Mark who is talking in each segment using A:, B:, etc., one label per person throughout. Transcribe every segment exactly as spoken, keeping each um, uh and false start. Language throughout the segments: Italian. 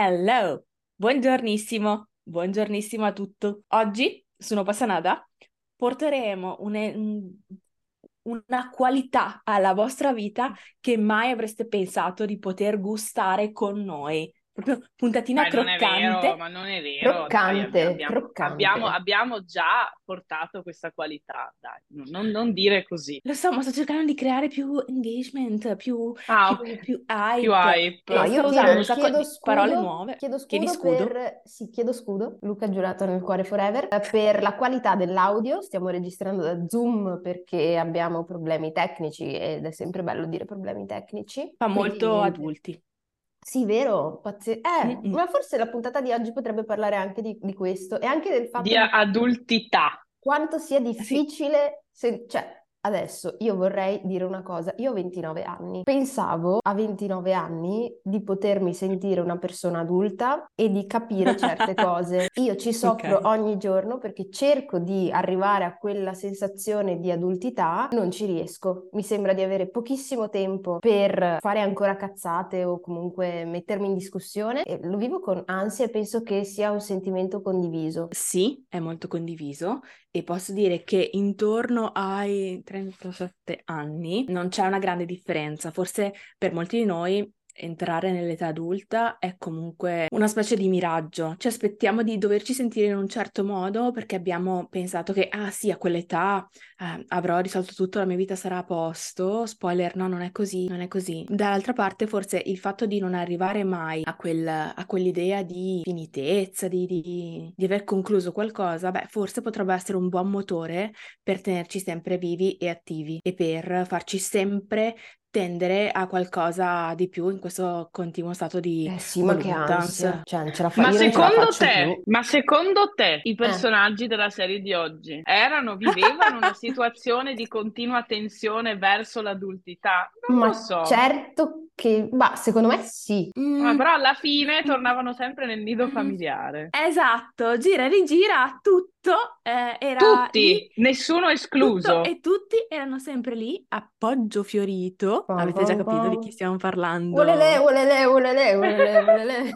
A: Hello, buongiornissimo, buongiornissimo a tutti. Oggi su No Pasa Nada porteremo une- un- una qualità alla vostra vita che mai avreste pensato di poter gustare con noi. Proprio puntatina
B: Ma non è vero,
A: croccante.
B: ma non è vero, dai, abbi-
C: Croccante,
B: abbiamo, abbiamo-
C: croccante.
B: abbiamo già portato questa qualità, dai, non, non- non dire così.
A: Lo so, ma sto cercando di creare più engagement, più,
B: Ah, ok,
A: più, più
B: più
A: hype
B: hype,
C: No,
A: e sto
C: io
A: usando un
C: chiedo,
B: ok.
A: sacco
C: chiedo
A: di parole
C: scudo,
A: nuove.
C: chiedo
A: Chiedi
C: scudo
A: scudo?
C: per, sì, chiedo scudo, Luca giurato nel cuore forever, eh, per la qualità dell'audio. Stiamo registrando da Zoom perché abbiamo problemi tecnici ed è sempre bello dire problemi tecnici.
A: Fa
C: Quindi
A: molto
C: niente.
A: adulti.
C: Sì, vero? Pazze- Eh,
A: Mm-mm.
C: ma forse la puntata di oggi potrebbe parlare anche di, di questo e anche del
B: Di
C: fatto di
B: adultità.
C: quanto sia
A: Sì.
C: difficile, se- cioè, adesso io vorrei dire una cosa, io ho ventinove anni, pensavo a ventinove anni di potermi sentire una persona adulta e di capire certe cose. Io ci soffro
A: Ok.
C: ogni giorno perché cerco di arrivare a quella sensazione di adultità, non ci riesco. Mi sembra di avere pochissimo tempo per fare ancora cazzate o comunque mettermi in discussione e lo vivo con ansia e penso che sia un sentimento condiviso.
A: Sì, è molto condiviso e posso dire che intorno ai trentasette anni non c'è una grande differenza. Forse per molti di noi entrare nell'età adulta è comunque una specie di miraggio. Ci aspettiamo di doverci sentire in un certo modo perché abbiamo pensato che, ah sì, a quell'età eh, avrò risolto tutto, la mia vita sarà a posto. Spoiler, no, non è così, non è così. Dall'altra parte, forse il fatto di non arrivare mai a quel, a quell'idea di finitezza, di, di, di aver concluso qualcosa, beh, forse potrebbe essere un buon motore per tenerci sempre vivi e attivi e per farci sempre tendere a qualcosa di più in questo continuo stato di
C: Eh sì, ma che
A: voluntas.
C: ansia. Cioè, non ce la fa-
B: Ma
C: io non ce la
B: secondo
C: faccio
B: te,
C: più.
B: ma secondo te i
C: Eh.
B: personaggi della serie di oggi erano, vivevano una situazione di continua tensione verso l'adultità? Non lo
C: Ma
B: so.
C: certo che, bah, secondo me sì.
B: Ah,
A: Mm,
B: però alla fine
A: mm,
B: tornavano sempre nel nido
A: mm.
B: familiare.
A: Esatto, gira e rigira, tutto eh, era lì,
B: Tutti, nessuno
A: tutto
B: escluso.
A: e tutti erano sempre lì, appoggio fiorito.
C: Pam,
A: Avete già
C: pam,
A: capito di
C: pam.
A: chi stiamo
C: Ulele,
A: parlando?
C: ulele, ulele, ulele, ulele.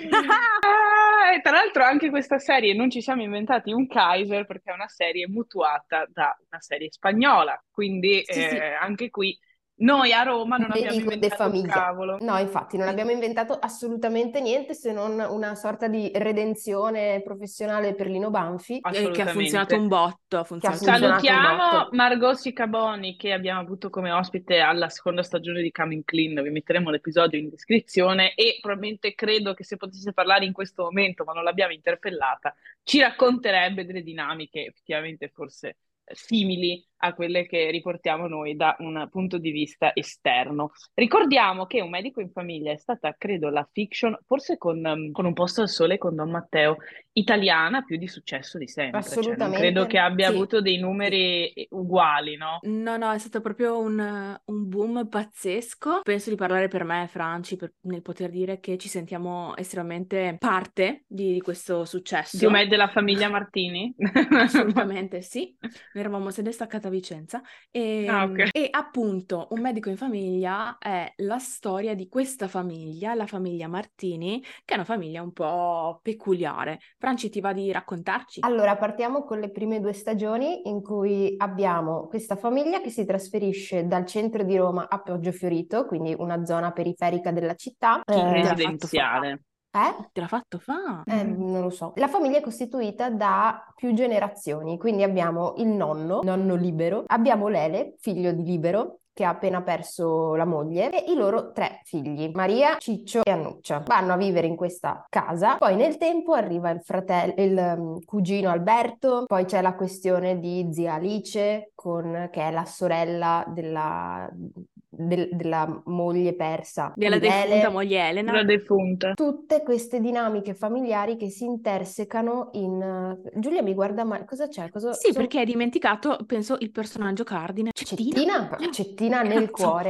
B: Ah, e tra l'altro anche questa serie non ci siamo inventati un Kaiser perché è una serie mutuata da una serie spagnola, quindi
A: Sì, sì,
B: eh, anche qui noi a Roma
C: Un
B: non abbiamo
C: medico de
B: inventato un
C: famiglia.
B: cavolo.
C: No, infatti non
A: sì.
C: abbiamo inventato assolutamente niente se non una sorta di redenzione professionale per Lino Banfi
A: Eh, che ha funzionato
B: Assolutamente.
A: un botto, ha
C: che ha
A: funzionato un
C: funzionato un
A: botto.
B: Salutiamo
C: botto.
B: Margot Sicaboni che abbiamo avuto come ospite alla seconda stagione di Coming Clean. Vi metteremo l'episodio in descrizione e probabilmente credo che se potesse parlare in questo momento, ma non l'abbiamo interpellata, ci racconterebbe delle dinamiche effettivamente forse eh, simili a quelle che riportiamo noi da un punto di vista esterno. Ricordiamo che Un medico in famiglia è stata, credo, la fiction, forse con, um, con Un posto al sole con Don Matteo, italiana più di successo di sempre, cioè non credo che
C: Assolutamente.
B: abbia
A: Sì,
B: avuto dei
A: sì.
B: numeri eh, uguali, no?
A: No, no, è stato proprio un, un boom pazzesco. Penso di parlare per me e Franci per- nel poter dire che ci sentiamo estremamente parte di, di questo
B: Di un
A: successo.
B: me della famiglia Martini?
A: Assolutamente sì, noi eravamo sede staccata a Vicenza
B: Ah,
A: e,
B: ok.
A: e appunto Un medico in famiglia è la storia di questa famiglia, la famiglia Martini, che è una famiglia un po' peculiare. Franci, ti va di raccontarci?
C: Allora, partiamo con le prime due stagioni in cui abbiamo questa famiglia che si trasferisce dal centro di Roma a Poggiofiorito, quindi una zona periferica della città.
A: Chi te
C: Eh,
A: l'ha fatto fa?
B: Residenziale.
C: eh?
A: Te l'ha fatto fa?
C: Eh, non lo so. La famiglia è costituita da più generazioni, quindi abbiamo il nonno, nonno Libero, abbiamo Lele, figlio di Libero, che ha appena perso la moglie, e i loro tre figli, Maria, Ciccio e Annuccia. Vanno a vivere in questa casa, poi nel tempo arriva il fratello, il um, cugino Alberto, poi c'è la questione di zia Alice, con, che è la sorella della, del- della moglie persa
A: Della
C: di
A: defunta
C: Lele.
A: moglie
B: La
A: Elena?
B: defunta.
C: Tutte queste dinamiche familiari che si intersecano in... eh, Giulia mi guarda male, cosa c'è? Cosa...
A: Sì,
C: cosa-
A: perché hai dimenticato, penso, il personaggio cardine. Cettina?
C: Cettina?
A: Oh,
C: Cettina nel
A: cazzo!
C: cuore.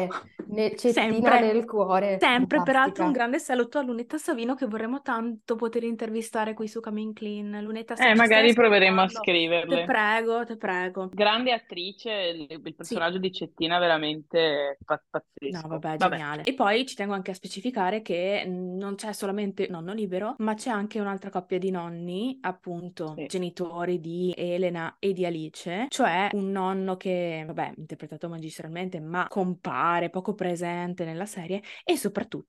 C: Ne- Cettina
A: sempre,
C: nel cuore,
A: sempre, peraltro un
C: fantastica.
A: grande saluto a Lunetta Savino che vorremmo tanto poter intervistare qui su Coming Clean. Lunetta, se
B: Eh,
A: ci stai
B: magari proveremo a
A: ascoltando, te
B: scriverle.
A: prego, te prego.
B: Grande attrice, il, il
A: Sì.
B: personaggio di Cettina veramente pa-
A: No,
B: pazzesco.
A: vabbè,
B: Vabbè.
A: geniale. E poi ci tengo anche a specificare che mh, non c'è solamente nonno libero, ma c'è anche un'altra coppia di nonni, appunto,
B: Sì.
A: genitori di Elena e di Alice, cioè un nonno che, vabbè, interpretato magistralmente, ma compare poco presente nella serie e soprattutto,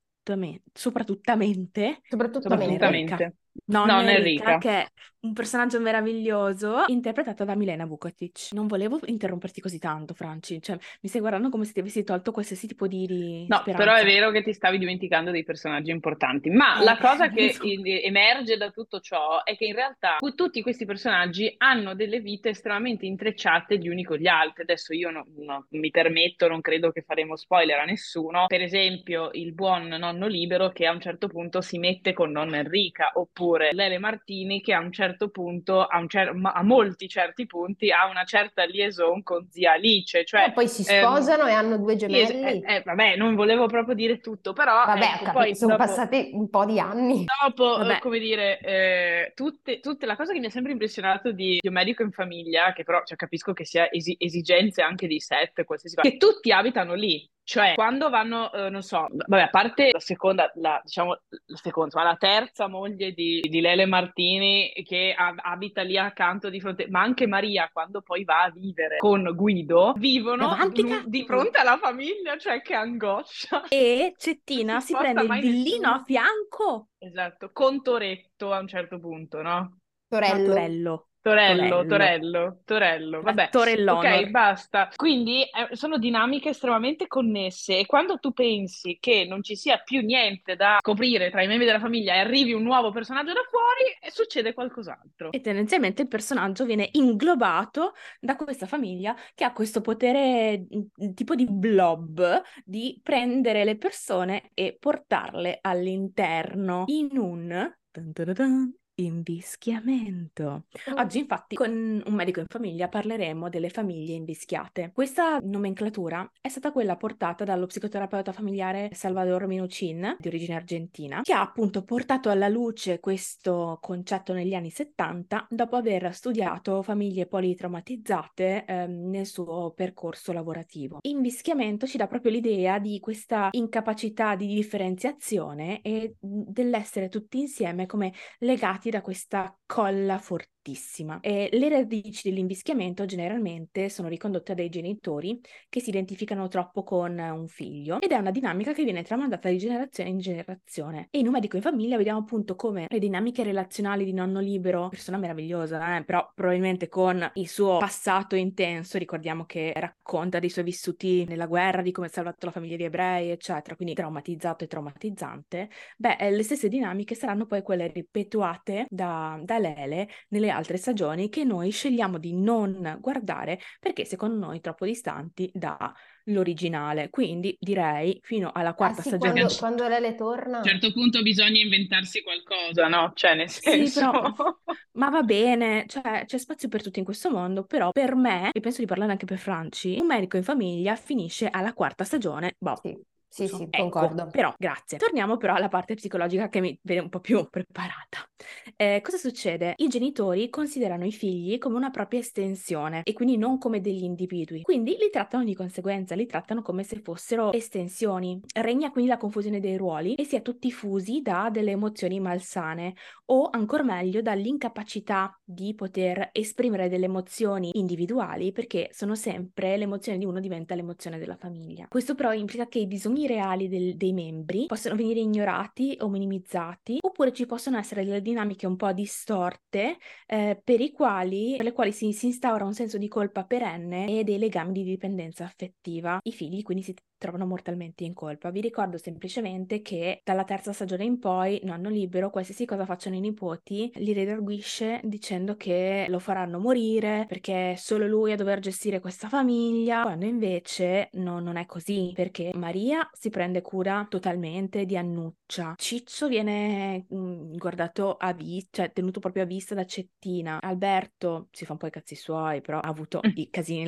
A: soprattutamente, nonna
C: Soprattutamente.
A: Enrica.
B: Soprattutamente.
A: Nonna
B: Nonna
A: Enrica,
B: Enrica.
A: che è un personaggio meraviglioso, interpretato da Milena Vukotic. Non volevo interromperti così tanto, Franci, cioè mi stai guardando come se ti avessi tolto qualsiasi tipo di, di
B: No, però è
A: speranza.
B: vero che ti stavi dimenticando dei personaggi importanti, ma
A: Eh,
B: la cosa
A: lo
B: che
A: so.
B: in- emerge da tutto ciò è che in realtà tu- tutti questi personaggi hanno delle vite estremamente intrecciate gli uni con gli altri. Adesso io no- no- mi permetto, non credo che faremo spoiler a nessuno, per esempio il buon nonno libero che a un certo punto si mette con nonna Enrica, oppure Lele Martini che a un certo punto, a, un cer- ma- a molti certi punti, ha una certa liaison con zia Alice, cioè
C: Ma poi si
B: ehm,
C: sposano e hanno due
B: sì, es- eh,
C: gemelli.
B: eh, vabbè, non volevo proprio dire tutto, però
C: Vabbè, ho
B: ecco, poi
C: capito, sono
B: dopo,
C: passati un po' di anni.
B: dopo eh,
A: Vabbè,
B: come dire, eh, tutte, tutte- la cosa che mi ha sempre impressionato di Dio Medico in Famiglia, che però cioè, capisco che sia esi- esigenze anche di set, qualsiasi cosa, che tutti abitano lì. Cioè, quando vanno, eh, non so, vabbè, a parte la seconda, la, diciamo, la seconda, ma la terza moglie di, di Lele Martini che a- abita lì accanto di fronte, ma anche Maria, quando poi va a vivere con Guido, vivono
A: davanti
B: lu- di
A: casa.
B: fronte alla famiglia, cioè che angoscia.
A: E
B: Non si
A: Cettina si prende
B: sposta
A: il
B: mai
A: villino a
B: nessuno.
A: fianco.
B: Esatto, con Toretto a un certo punto, no?
A: No,
C: Torello.
A: Torello.
B: Torello,
A: Torello.
B: Torello, Torello,
A: Era
B: vabbè, ok,
A: Torellonor.
B: basta. Quindi eh, sono dinamiche estremamente connesse e quando tu pensi che non ci sia più niente da coprire tra i membri della famiglia e arrivi un nuovo personaggio da fuori, eh, succede qualcos'altro.
A: E tendenzialmente il personaggio viene inglobato da questa famiglia che ha questo potere mm, tipo di blob di prendere le persone e portarle all'interno in un dun dun dun dun, invischiamento. Oggi infatti con un medico in famiglia parleremo delle famiglie invischiate. Questa nomenclatura è stata quella portata dallo psicoterapeuta familiare Salvador Minuchin, di origine argentina, che ha appunto portato alla luce questo concetto negli anni settanta dopo aver studiato famiglie politraumatizzate ehm, nel suo percorso lavorativo. Invischiamento ci dà proprio l'idea di questa incapacità di differenziazione e dell'essere tutti insieme come legati da questa colla fortissima. E le radici dell'invischiamento generalmente sono ricondotte dai genitori che si identificano troppo con un figlio ed è una dinamica che viene tramandata di generazione in generazione. E in un medico in famiglia vediamo appunto come le dinamiche relazionali di nonno libero, persona meravigliosa, eh, però probabilmente con il suo passato intenso, ricordiamo che racconta dei suoi vissuti nella guerra, di come ha salvato la famiglia di ebrei, eccetera, quindi traumatizzato e traumatizzante. Beh, eh, le stesse dinamiche saranno poi quelle ripetuate da, da Lele nelle altre stagioni che noi scegliamo di non guardare perché secondo noi troppo distanti dall'originale. Quindi direi fino alla
C: Ah
A: quarta
C: sì,
A: stagione.
C: quando, quando Lele
B: A un
C: torna.
B: certo punto bisogna inventarsi qualcosa, no? Cioè, nel
A: Sì,
B: senso...
A: però, ma va bene, cioè c'è spazio per tutti in questo mondo, però per me, e penso di parlare anche per Franci, un medico in famiglia finisce alla quarta stagione, boh,
C: Sì, sì,
A: non so,
C: sì,
A: ecco,
C: concordo.
A: però grazie. Torniamo però alla parte psicologica che mi vede un po' più preparata. Eh, cosa succede? I genitori considerano i figli come una propria estensione e quindi non come degli individui, quindi li trattano di conseguenza, li trattano come se fossero estensioni. Regna quindi la confusione dei ruoli e si è tutti fusi da delle emozioni malsane o ancor meglio dall'incapacità di poter esprimere delle emozioni individuali perché sono sempre l'emozione di uno diventa l'emozione della famiglia. Questo però implica che i bisogni reali del- dei membri possono venire ignorati o minimizzati oppure ci possono essere delle dinamiche un po' distorte eh, per i quali, per le quali si, si instaura un senso di colpa perenne e dei legami di dipendenza affettiva. I figli quindi si trovano mortalmente in colpa. Vi ricordo semplicemente che dalla terza stagione in poi, nonno libero, qualsiasi cosa facciano i nipoti, li redarguisce dicendo che lo faranno morire perché è solo lui a dover gestire questa famiglia, quando invece no, non è così, perché Maria si prende cura totalmente di Annuccia. Ciccio viene mh, guardato a vista, cioè tenuto proprio a vista da Cettina. Alberto si fa un po' i cazzi suoi, però ha avuto i casini la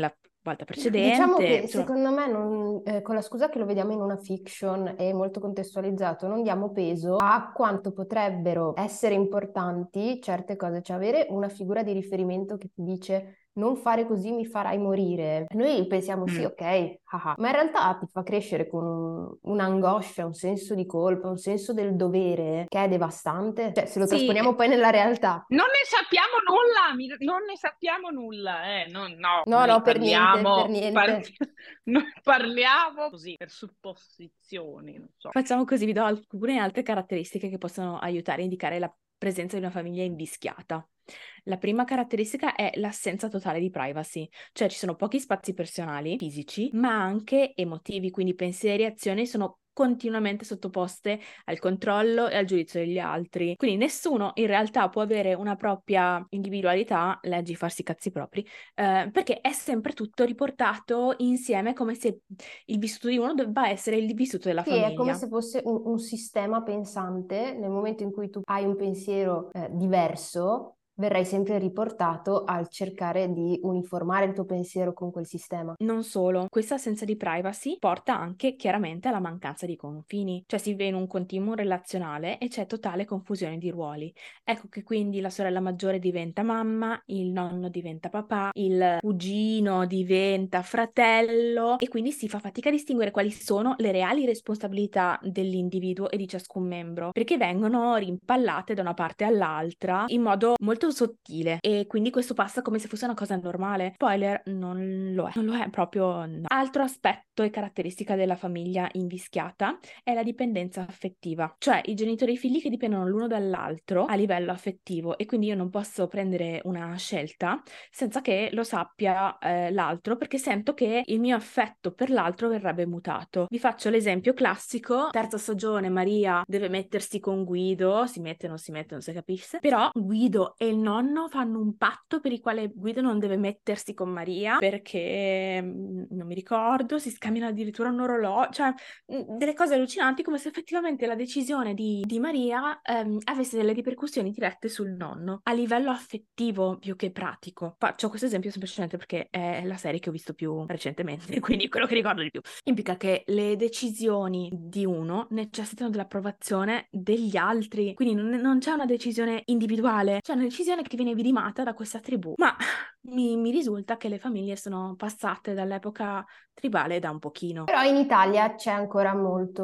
A: volta
C: Diciamo
A: precedente,
C: che
A: insomma.
C: secondo me, non- eh, con la scusa che lo vediamo in una fiction e molto contestualizzato, non diamo peso a quanto potrebbero essere importanti certe cose, cioè avere una figura di riferimento che ti dice non fare così mi farai morire. Noi pensiamo sì,
B: Mm.
C: ok, haha, ma in realtà ti fa crescere con un- un'angoscia, un senso di colpa, un senso del dovere che è devastante. Cioè, se lo
A: Sì,
C: trasponiamo poi nella realtà.
B: Non ne sappiamo nulla, mi- non ne sappiamo nulla, eh. No, no,
C: No,
B: noi
C: no, per niente, per
B: parliamo, par-
C: niente.
B: noi parliamo così, per supposizioni, non so.
A: facciamo così, vi do alcune altre caratteristiche che possono aiutare a indicare la presenza di una famiglia invischiata. La prima caratteristica è l'assenza totale di privacy, cioè ci sono pochi spazi personali, fisici, ma anche emotivi, quindi pensieri e azioni sono continuamente sottoposte al controllo e al giudizio degli altri. Quindi nessuno in realtà può avere una propria individualità, leggi farsi i cazzi propri, eh, perché è sempre tutto riportato insieme come se il vissuto di uno debba essere il vissuto della
C: Sì, è come
A: famiglia.
C: se fosse un, un sistema pensante, nel momento in cui tu hai un pensiero eh, diverso, verrai sempre riportato al cercare di uniformare il tuo pensiero con quel sistema.
A: Non solo, questa assenza di privacy porta anche chiaramente alla mancanza di confini, cioè si vive in un continuum relazionale e c'è totale confusione di ruoli. Ecco che quindi la sorella maggiore diventa mamma, il nonno diventa papà, il cugino diventa fratello e quindi si fa fatica a distinguere quali sono le reali responsabilità dell'individuo e di ciascun membro, perché vengono rimpallate da una parte all'altra in modo molto sottile e quindi questo passa come se fosse una cosa normale. Spoiler, non lo è, non lo è proprio no. Altro aspetto e caratteristica della famiglia invischiata è la dipendenza affettiva, cioè i genitori e i figli che dipendono l'uno dall'altro a livello affettivo e quindi io non posso prendere una scelta senza che lo sappia eh, l'altro perché sento che il mio affetto per l'altro verrebbe mutato. Vi faccio l'esempio classico, terza stagione Maria deve mettersi con Guido, si mette non si mette non si capisce, però Guido e il nonno fanno un patto per il quale Guido non deve mettersi con Maria perché mm, non mi ricordo, si scambiano addirittura un orologio, cioè mm, delle cose allucinanti come se effettivamente la decisione di, di Maria ehm, avesse delle ripercussioni dirette sul nonno a livello affettivo più che pratico. Faccio questo esempio semplicemente perché è la serie che ho visto più recentemente, quindi quello che ricordo di più. Implica che le decisioni di uno necessitano dell'approvazione degli altri, quindi non, non c'è una decisione individuale, c'è una decisione che viene vidimata da questa tribù. Ma mi, mi risulta che le famiglie sono passate dall'epoca tribale da un pochino.
C: Però in Italia c'è ancora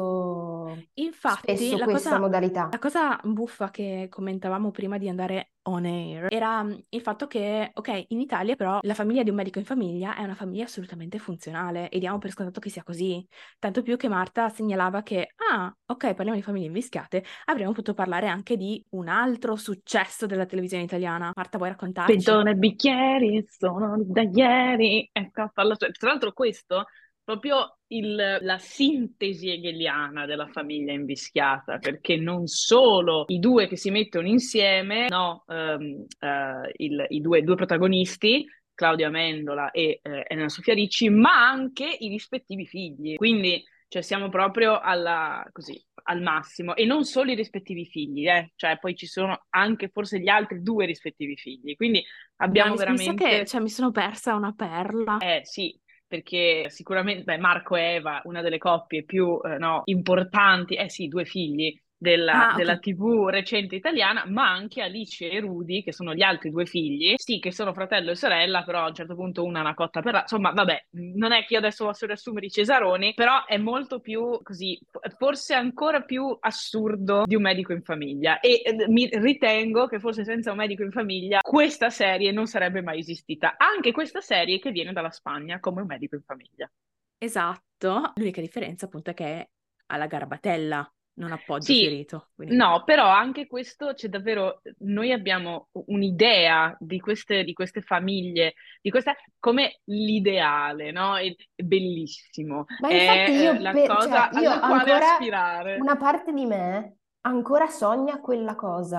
C: molto
A: Infatti,
C: spesso
A: la
C: questa
A: cosa,
C: modalità.
A: la cosa buffa che commentavamo prima di andare on air era mm, il fatto che, ok, in Italia però la famiglia di un medico in famiglia è una famiglia assolutamente funzionale e diamo per scontato che sia così. Tanto più che Marta segnalava che, ah, ok, parliamo di famiglie invischiate, avremmo potuto parlare anche di un altro successo della televisione italiana. Marta, vuoi raccontarci?
B: Pentone e bicchieri sono da ieri. Ecco, parla- tra l'altro questo proprio il- la sintesi hegeliana della famiglia invischiata, perché non solo i due che si mettono insieme, no, ehm, eh, il- i due, due protagonisti, Claudia Amendola e eh, Elena Sofia Ricci, ma anche i rispettivi figli. Quindi, cioè, siamo proprio alla, così, al massimo. E non solo i rispettivi figli, eh, cioè poi ci sono anche forse gli altri due rispettivi figli. Quindi
A: Ma
B: abbiamo
A: mi, mi sa che
B: veramente,
A: cioè, mi sono persa una perla.
B: eh sì, perché sicuramente beh, Marco e Eva, una delle coppie più eh, no, importanti, eh sì, due figli della,
A: Ah,
B: della
A: ok.
B: T V recente italiana, ma anche Alice e Rudy, che sono gli altri due figli, sì, che sono fratello e sorella, però a un certo punto una è una cotta per la... Insomma, vabbè, non è che io adesso posso riassumere i Cesaroni, però è molto più così, forse ancora più assurdo di un medico in famiglia. E eh, mi ritengo che forse senza un medico in famiglia questa serie non sarebbe mai esistita. Anche questa serie che viene dalla Spagna come un medico in famiglia.
A: Esatto. L'unica differenza appunto è che ha la garbatella, non appoggio
B: Sì,
A: ferito. Quindi...
B: no, però anche questo c'è davvero, noi abbiamo un'idea di queste, di queste famiglie, di questa come l'ideale, no? È, è bellissimo,
C: Ma infatti
B: è eh,
C: io,
B: la
C: per- cioè,
B: cosa
C: io
B: alla quale
C: ancora,
B: aspirare.
C: una parte di me ancora sogna quella cosa.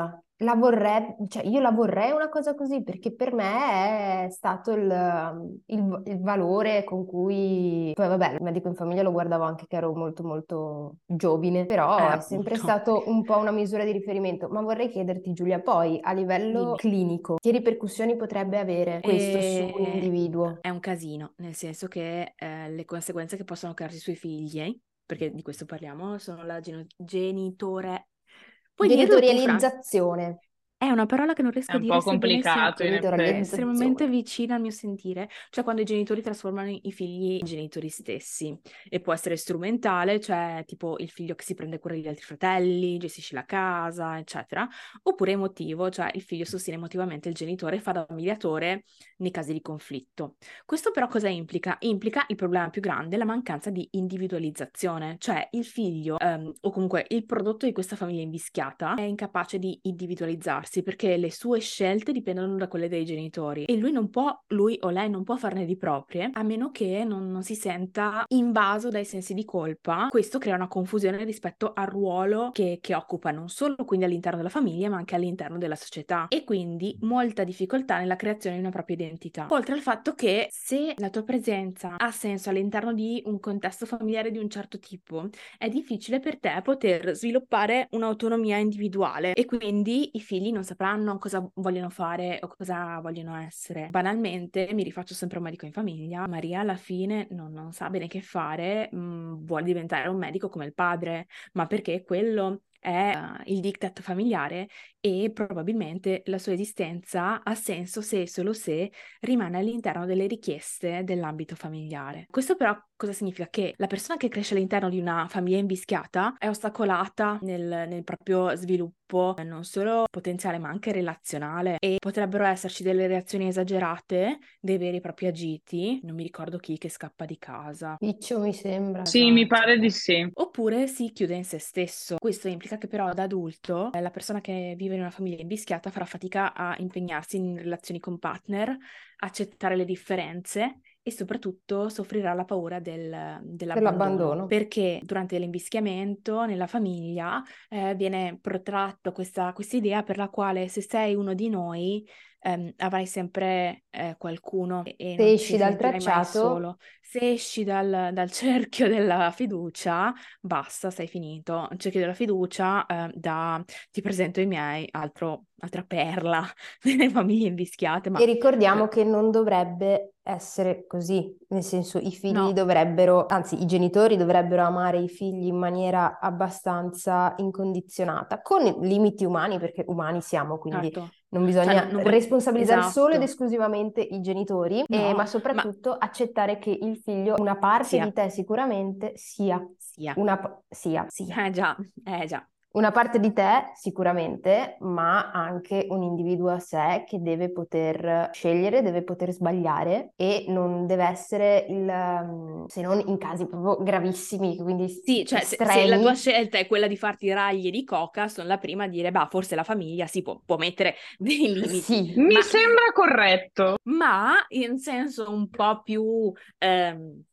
C: La vorrei, cioè io la vorrei una cosa così perché per me è stato il, il- il valore con cui, poi vabbè, il medico in famiglia lo guardavo anche che ero molto molto giovine,
A: Eh,
C: però è sempre
A: appunto.
C: stato un po' una misura di riferimento. Ma vorrei chiederti, Giulia, poi a livello
A: Dimmi.
C: clinico, che ripercussioni potrebbe avere questo su un
A: E...
C: individuo?
A: È un casino, nel senso che eh, le conseguenze che possono crearsi sui figli, perché di questo parliamo, sono la geno- genitore... Puoi dirlo tu, Fra?
C: Genitorializzazione.
A: È una parola che non
B: È
A: riesco a
B: un
A: dire
B: po'
A: sebbenissimo,
B: complicato in
A: è
B: effetti.
A: estremamente
C: Genitorializzazione.
A: vicina al mio sentire, cioè quando i genitori trasformano i figli in genitori stessi. E può essere strumentale, cioè tipo il figlio che si prende cura degli altri fratelli, gestisce la casa, eccetera, oppure emotivo, cioè il figlio sostiene emotivamente il genitore e fa da mediatore nei casi di conflitto. Questo però cosa implica? Implica il problema più grande, la mancanza di individualizzazione, cioè il figlio ehm, o comunque il prodotto di questa famiglia invischiata è incapace di individualizzarsi perché le sue scelte dipendono da quelle dei genitori e lui non può, lui o lei non può farne di proprie a meno che non, non si senta invaso dai sensi di colpa. Questo crea una confusione rispetto al ruolo che, che occupa non solo quindi all'interno della famiglia ma anche all'interno della società e quindi molta difficoltà nella creazione di una propria identità. Oltre al fatto che se la tua presenza ha senso all'interno di un contesto familiare di un certo tipo, è difficile per te poter sviluppare un'autonomia individuale e quindi i figli non sapranno cosa vogliono fare o cosa vogliono essere. Banalmente, mi rifaccio sempre a un medico in famiglia, Maria alla fine non, non sa bene che fare, mh, vuole diventare un medico come il padre, ma perché quello è uh, il diktat familiare e probabilmente la sua esistenza ha senso se e solo se rimane all'interno delle richieste dell'ambito familiare. Questo però cosa significa? Che la persona che cresce all'interno di una famiglia invischiata è ostacolata nel, nel proprio sviluppo, eh, non solo potenziale ma anche relazionale e potrebbero esserci delle reazioni esagerate, dei veri e propri agiti, non mi ricordo chi che scappa di casa.
C: Piccio mi sembra.
B: Sì, mi
A: Esatto.
B: pare di sì.
A: Oppure si chiude in se stesso. Questo implica che però da adulto eh, la persona che vive in una famiglia invischiata farà fatica a impegnarsi in relazioni con partner, accettare le differenze e soprattutto soffrirà la paura del- dell'abbandono,
C: Dell'abbandono.
A: perché durante l'invischiamento nella famiglia eh, viene protratto questa idea per la quale se sei uno di noi ehm, avrai sempre eh, qualcuno e, e
C: Se
A: non ti
C: esci dal
A: sentirai mai
C: tracciato,
A: solo. Se esci dal, dal cerchio della fiducia, basta, sei finito. Il cerchio della fiducia eh, da ti presento i miei, altro, altra perla delle famiglie invischiate,
C: e
A: ma
C: ricordiamo
A: eh,
C: che non dovrebbe essere così, nel senso i figli
A: no,
C: dovrebbero, anzi i genitori dovrebbero amare i figli in maniera abbastanza incondizionata, con limiti umani, perché umani siamo, quindi
A: certo.
C: non
A: Cioè, non,
C: bisogna
A: non voglio...
C: responsabilizzare solo ed
A: Esatto.
C: esclusivamente i genitori, eh, ma
A: No, ma
C: soprattutto accettare che il figlio, una parte di
A: sia,
C: te sicuramente sia,
A: sia.
C: una, sia, sia.
A: Eh già, eh già.
C: Una parte di te sicuramente, ma anche un individuo a sé che deve poter scegliere, deve poter sbagliare e non deve essere il, um, se non in casi proprio gravissimi, quindi
A: Sì, cioè se, se la tua
C: estremi.
A: scelta è quella di farti raglie di coca, sono la prima a dire, bah, forse la famiglia si può, può mettere dei limiti,
C: Sì,
B: Mi
A: ma,
B: sembra corretto.
A: ma in senso un po' più ehm,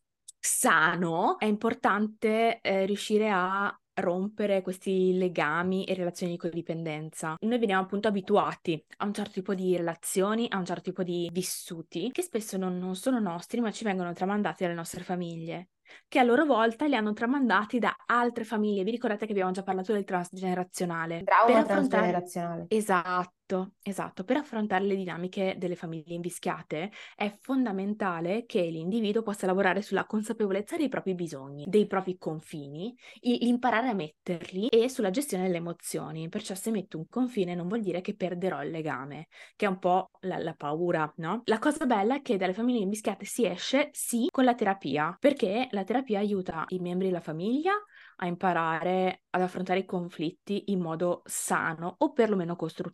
A: sano, è importante eh, riuscire a rompere questi legami e relazioni di codipendenza. Noi veniamo appunto abituati a un certo tipo di relazioni, a un certo tipo di vissuti, che spesso non, non sono nostri, ma ci vengono tramandati dalle nostre famiglie, che a loro volta li hanno tramandati da altre famiglie. Vi ricordate che abbiamo già parlato del transgenerazionale? Per
C: trauma
A: affrontare...
C: transgenerazionale.
A: Esatto, esatto. Per affrontare le dinamiche delle famiglie invischiate è fondamentale che l'individuo possa lavorare sulla consapevolezza dei propri bisogni, dei propri confini, i- imparare a metterli e sulla gestione delle emozioni. Perciò se metto un confine non vuol dire che perderò il legame, che è un po' la, la paura, no? La cosa bella è che dalle famiglie invischiate si esce, sì, con la terapia, perché la terapia aiuta i membri della famiglia a imparare ad affrontare i conflitti in modo sano o perlomeno costruttivo,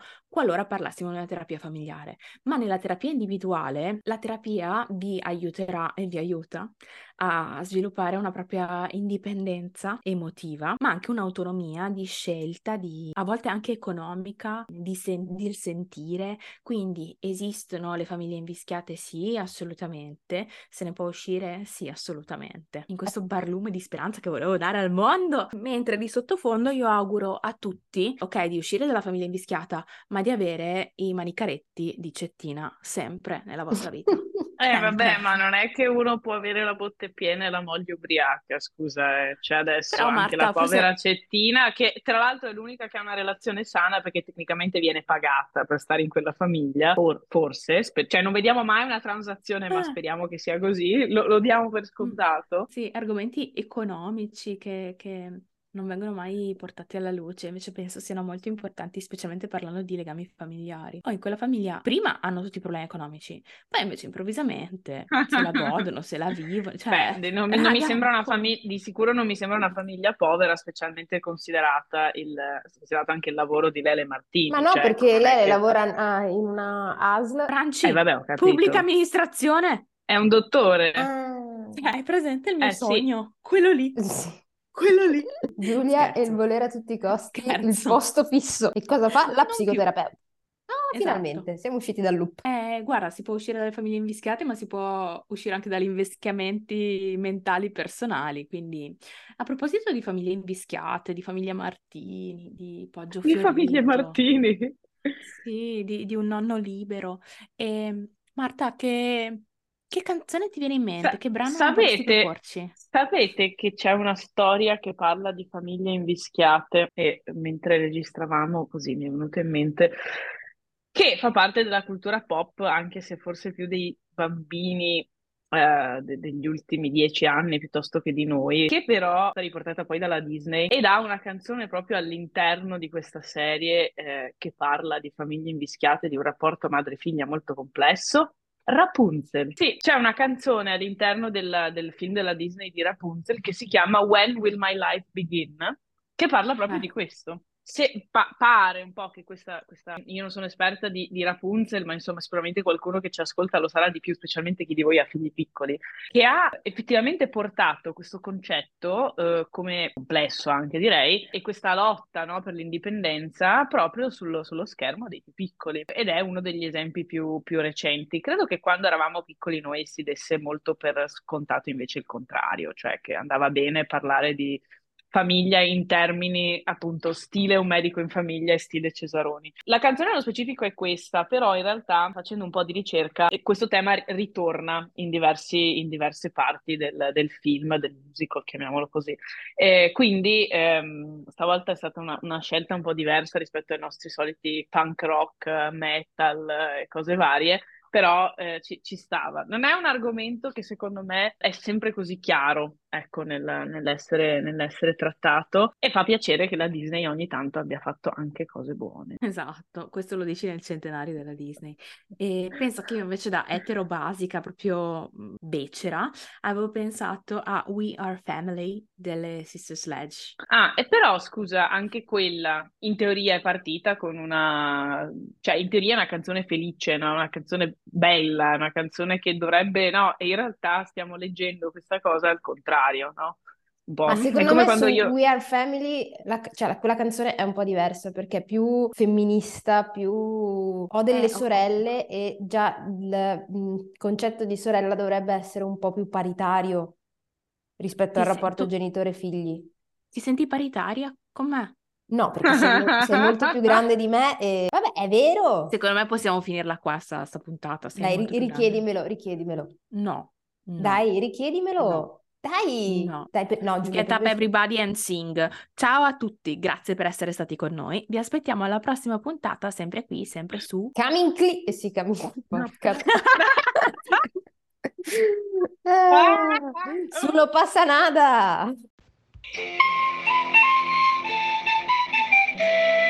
A: qualora parlassimo di una terapia familiare. Ma nella terapia individuale, la terapia vi aiuterà e vi aiuta a sviluppare una propria indipendenza emotiva, ma anche un'autonomia di scelta, di, a volte anche economica, di, sen- di sentire. Quindi esistono le famiglie invischiate? Sì, assolutamente. Se ne può uscire? Sì, assolutamente. In questo barlume di speranza che volevo dare al mondo, mentre di sottofondo io auguro a tutti, ok, di uscire dalla famiglia invischiata, ma di avere i manicaretti di Cettina sempre nella vostra vita.
B: Eh vabbè,
A: Sempre.
B: ma non è che uno può avere la botte piena e la moglie ubriaca, scusa, eh. C'è adesso
A: Però
B: anche la
A: Marta,
B: povera
A: forse...
B: Cettina, che tra l'altro è l'unica che ha una relazione sana perché tecnicamente viene pagata per stare in quella famiglia, For- forse, spe- cioè non vediamo mai una transazione, ma
A: eh,
B: speriamo che sia così, lo, lo diamo per
A: mm,
B: scontato.
A: sì, argomenti economici che, che non vengono mai portati alla luce, invece penso siano molto importanti, specialmente parlando di legami familiari. Poi in quella famiglia prima hanno tutti i problemi economici, poi invece improvvisamente se la godono, se la vivono,
B: Beh,
A: cioè,
B: di- non mi, non mi
A: raga,
B: sembra una
A: come?
B: famiglia, di sicuro non mi sembra una famiglia povera, specialmente considerata il, considerato anche il lavoro di Lele
C: Ma
B: Martini,
C: no,
B: cioè ecco,
C: perché
B: non è
C: lei
B: che...
C: lavora ah, in una A S L.
B: Eh
A: Franci,
B: vabbè, ho
A: pubblica
B: capito.
A: amministrazione,
B: È un dottore.
C: Ah,
A: cioè, hai presente il mio
B: Eh sì.
A: sogno? Quello lì,
C: sì.
A: quello lì.
C: Giulia e il
A: Scherzo,
C: volere a tutti i costi il
A: scherzo,
C: posto fisso. E cosa fa? La
A: non più,
C: psicoterapeuta. Ah,
A: esatto.
C: finalmente, siamo usciti dal loop.
A: Eh, guarda, si può uscire dalle famiglie invischiate, ma si può uscire anche dagli invischiamenti mentali personali. Quindi, a proposito di famiglie invischiate, di famiglia Martini, di Poggio
B: Di famiglie
A: Fiorito,
B: Martini.
A: sì, di, di un nonno libero. E, Marta, che, che canzone ti viene in mente?
B: Sa-
A: Che brano vorresti
B: sapete,
A: proporci?
B: sapete che c'è una storia che parla di famiglie invischiate e mentre registravamo così mi è venuto in mente che fa parte della cultura pop, anche se forse più dei bambini eh, de- degli ultimi dieci anni piuttosto che di noi, che però è stata riportata poi dalla Disney ed ha una canzone proprio all'interno di questa serie eh, che parla di famiglie invischiate, di un rapporto madre-figlia molto complesso. Rapunzel. Sì, c'è una canzone all'interno del, del film della Disney di Rapunzel che si chiama When Will My Life Begin? Che parla proprio
A: Eh,
B: di questo. Se pa- pare un po' che questa, questa- io non sono esperta di, di Rapunzel, ma insomma sicuramente qualcuno che ci ascolta lo sarà di più, specialmente chi di voi ha figli piccoli, che ha effettivamente portato questo concetto eh, come complesso anche direi, e questa lotta no, per l'indipendenza proprio sullo, sullo schermo dei più piccoli. Ed è uno degli esempi più, più recenti. Credo che quando eravamo piccoli noi si desse molto per scontato invece il contrario, cioè che andava bene parlare di famiglia in termini appunto stile un medico in famiglia e stile Cesaroni. La canzone nello specifico è questa, però in realtà facendo un po' di ricerca eh, questo tema ritorna in diversi, in diverse parti del, del film, del musical, chiamiamolo così. Eh, quindi ehm, stavolta è stata una, una scelta un po' diversa rispetto ai nostri soliti punk rock, metal eh, e cose varie, però eh, ci, ci stava. Non è un argomento che secondo me è sempre così chiaro, ecco, nel- nell'essere, nell'essere trattato e fa piacere che la Disney ogni tanto abbia fatto anche cose buone.
A: esatto, questo lo dici nel centenario della Disney. E penso che io invece da etero basica, proprio mh, becera, avevo pensato a We Are Family delle Sister Sledge.
B: Ah, e però scusa, anche quella in teoria è partita con una, cioè in teoria è una canzone felice, no? Una canzone bella, una canzone che dovrebbe, no? E in realtà stiamo leggendo questa cosa al contrario, no? Un
C: Ma
B: po'. È
C: secondo
B: come
C: me su
B: quando io,
C: We Are Family, la- cioè la- quella canzone è un po' diversa perché è più femminista, più ho delle
A: Eh, ho capito.
C: sorelle e già il mm, concetto di sorella dovrebbe essere un po' più paritario rispetto
A: Ti
C: al rapporto
A: sento,
C: genitori-figli.
A: ti senti paritaria con me?
C: No, perché sei, mo- sei molto più grande di me e... Vabbè, è vero!
A: Secondo me possiamo finirla qua, sta, sta puntata, sei
C: Dai,
A: molto
C: ri-
A: più grande.
C: richiedimelo, richiedimelo.
A: No, no,
C: Dai,
A: no,
C: richiedimelo! Dai!
A: no.
C: Dai, per- no, Giulia,
A: Get
C: per
A: up
C: piacere.
A: everybody and sing. Ciao a tutti, grazie per essere stati con noi. Vi aspettiamo alla prossima puntata, sempre qui, sempre su...
C: Coming clean! Eh sì, coming
B: No.
C: podcast. Ah, su No pasa nada!